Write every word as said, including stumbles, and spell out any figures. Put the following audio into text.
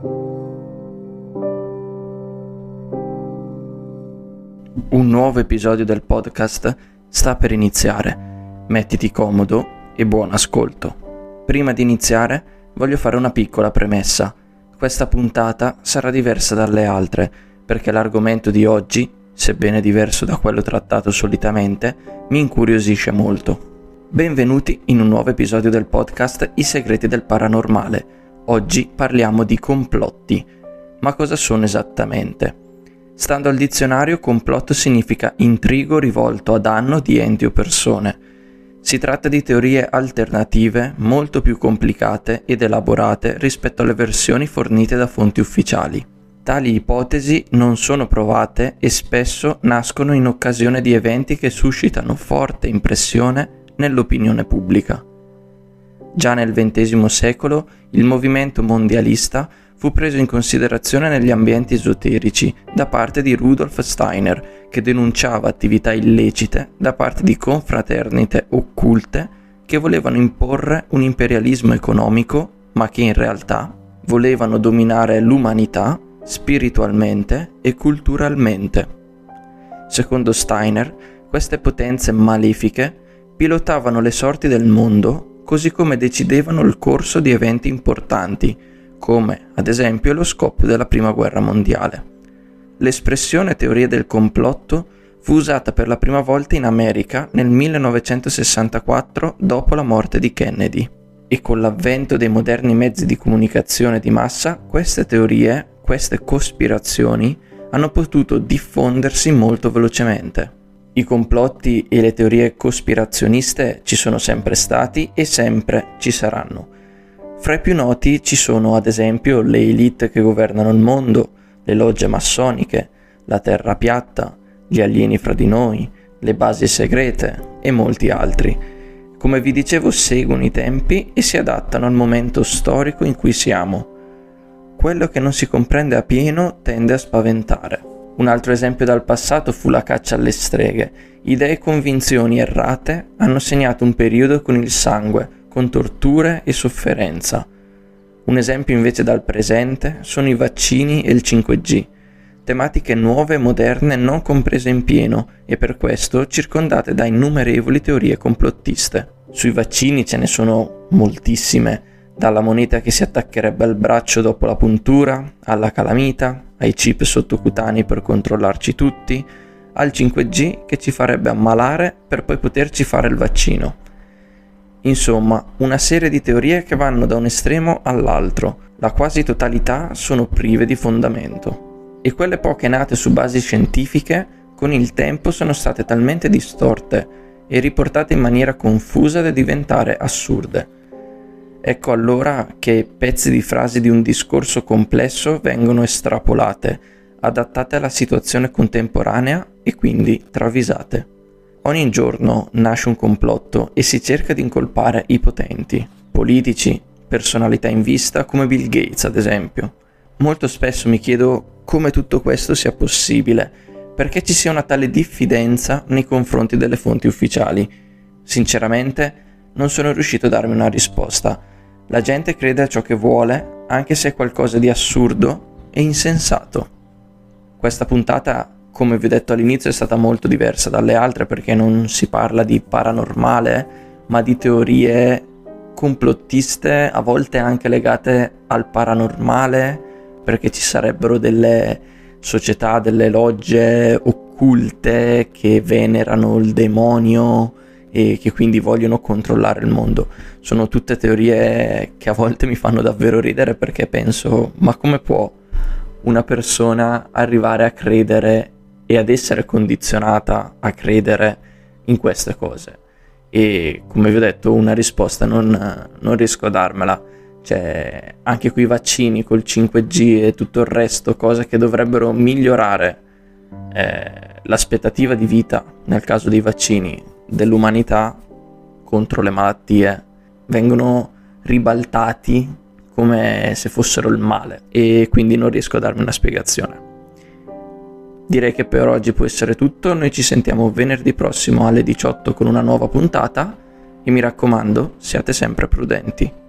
Un nuovo episodio del podcast sta per iniziare. Mettiti comodo e buon ascolto. Prima di iniziare voglio fare una piccola premessa. Questa puntata sarà diversa dalle altre perché l'argomento di oggi, sebbene diverso da quello trattato solitamente, mi incuriosisce molto. Benvenuti in un nuovo episodio del podcast I segreti del paranormale. Oggi parliamo di complotti. Ma cosa sono esattamente? Stando al dizionario, complotto significa intrigo rivolto a danno di enti o persone. Si tratta di teorie alternative molto più complicate ed elaborate rispetto alle versioni fornite da fonti ufficiali. Tali ipotesi non sono provate e spesso nascono in occasione di eventi che suscitano forte impressione nell'opinione pubblica. Già nel ventesimo secolo il movimento mondialista fu preso in considerazione negli ambienti esoterici da parte di Rudolf Steiner, che denunciava attività illecite da parte di confraternite occulte che volevano imporre un imperialismo economico, ma che in realtà volevano dominare l'umanità spiritualmente e culturalmente. Secondo Steiner, queste potenze malefiche pilotavano le sorti del mondo, così come decidevano il corso di eventi importanti, come ad esempio lo scoppio della Prima Guerra Mondiale. L'espressione teoria del complotto fu usata per la prima volta in America nel millenovecentosessantaquattro dopo la morte di Kennedy, e con l'avvento dei moderni mezzi di comunicazione di massa, queste teorie, queste cospirazioni, hanno potuto diffondersi molto velocemente. I complotti e le teorie cospirazioniste ci sono sempre stati e sempre ci saranno. Fra i più noti ci sono ad esempio le elite che governano il mondo, le logge massoniche, la terra piatta, gli alieni fra di noi, le basi segrete e molti altri. Come vi dicevo, seguono i tempi e si adattano al momento storico in cui siamo. Quello che non si comprende appieno tende a spaventare. Un altro esempio dal passato fu la caccia alle streghe. Idee e convinzioni errate hanno segnato un periodo con il sangue, con torture e sofferenza. Un esempio invece dal presente sono i vaccini e il cinque G, tematiche nuove e moderne non comprese in pieno e per questo circondate da innumerevoli teorie complottiste. Sui vaccini ce ne sono moltissime, dalla moneta che si attaccherebbe al braccio dopo la puntura, alla calamita, ai chip sottocutanei per controllarci tutti, al cinque G che ci farebbe ammalare per poi poterci fare il vaccino. Insomma, una serie di teorie che vanno da un estremo all'altro. La quasi totalità sono prive di fondamento. E quelle poche nate su basi scientifiche, con il tempo sono state talmente distorte e riportate in maniera confusa da diventare assurde. Ecco allora che pezzi di frasi di un discorso complesso vengono estrapolate, adattate alla situazione contemporanea e quindi travisate. Ogni giorno nasce un complotto e si cerca di incolpare i potenti, politici, personalità in vista come Bill Gates ad esempio. Molto spesso mi chiedo come tutto questo sia possibile, perché ci sia una tale diffidenza nei confronti delle fonti ufficiali. Sinceramente non sono riuscito a darmi una risposta. La gente crede a ciò che vuole, anche se è qualcosa di assurdo e insensato. Questa puntata, come vi ho detto all'inizio, è stata molto diversa dalle altre perché non si parla di paranormale, ma di teorie complottiste, a volte anche legate al paranormale, perché ci sarebbero delle società, delle logge occulte che venerano il demonio e che quindi vogliono controllare il mondo. Sono tutte teorie che a volte mi fanno davvero ridere perché penso, ma come può una persona arrivare a credere e ad essere condizionata a credere in queste cose? E come vi ho detto, una risposta non, non riesco a darmela. Cioè, anche quei vaccini col cinque G e tutto il resto, cose che dovrebbero migliorare eh, l'aspettativa di vita, nel caso dei vaccini, dell'umanità contro le malattie, vengono ribaltati come se fossero il male e quindi non riesco a darmi una spiegazione. Direi che per oggi può essere tutto. Noi ci sentiamo venerdì prossimo alle diciotto con una nuova puntata e mi raccomando, siate sempre prudenti.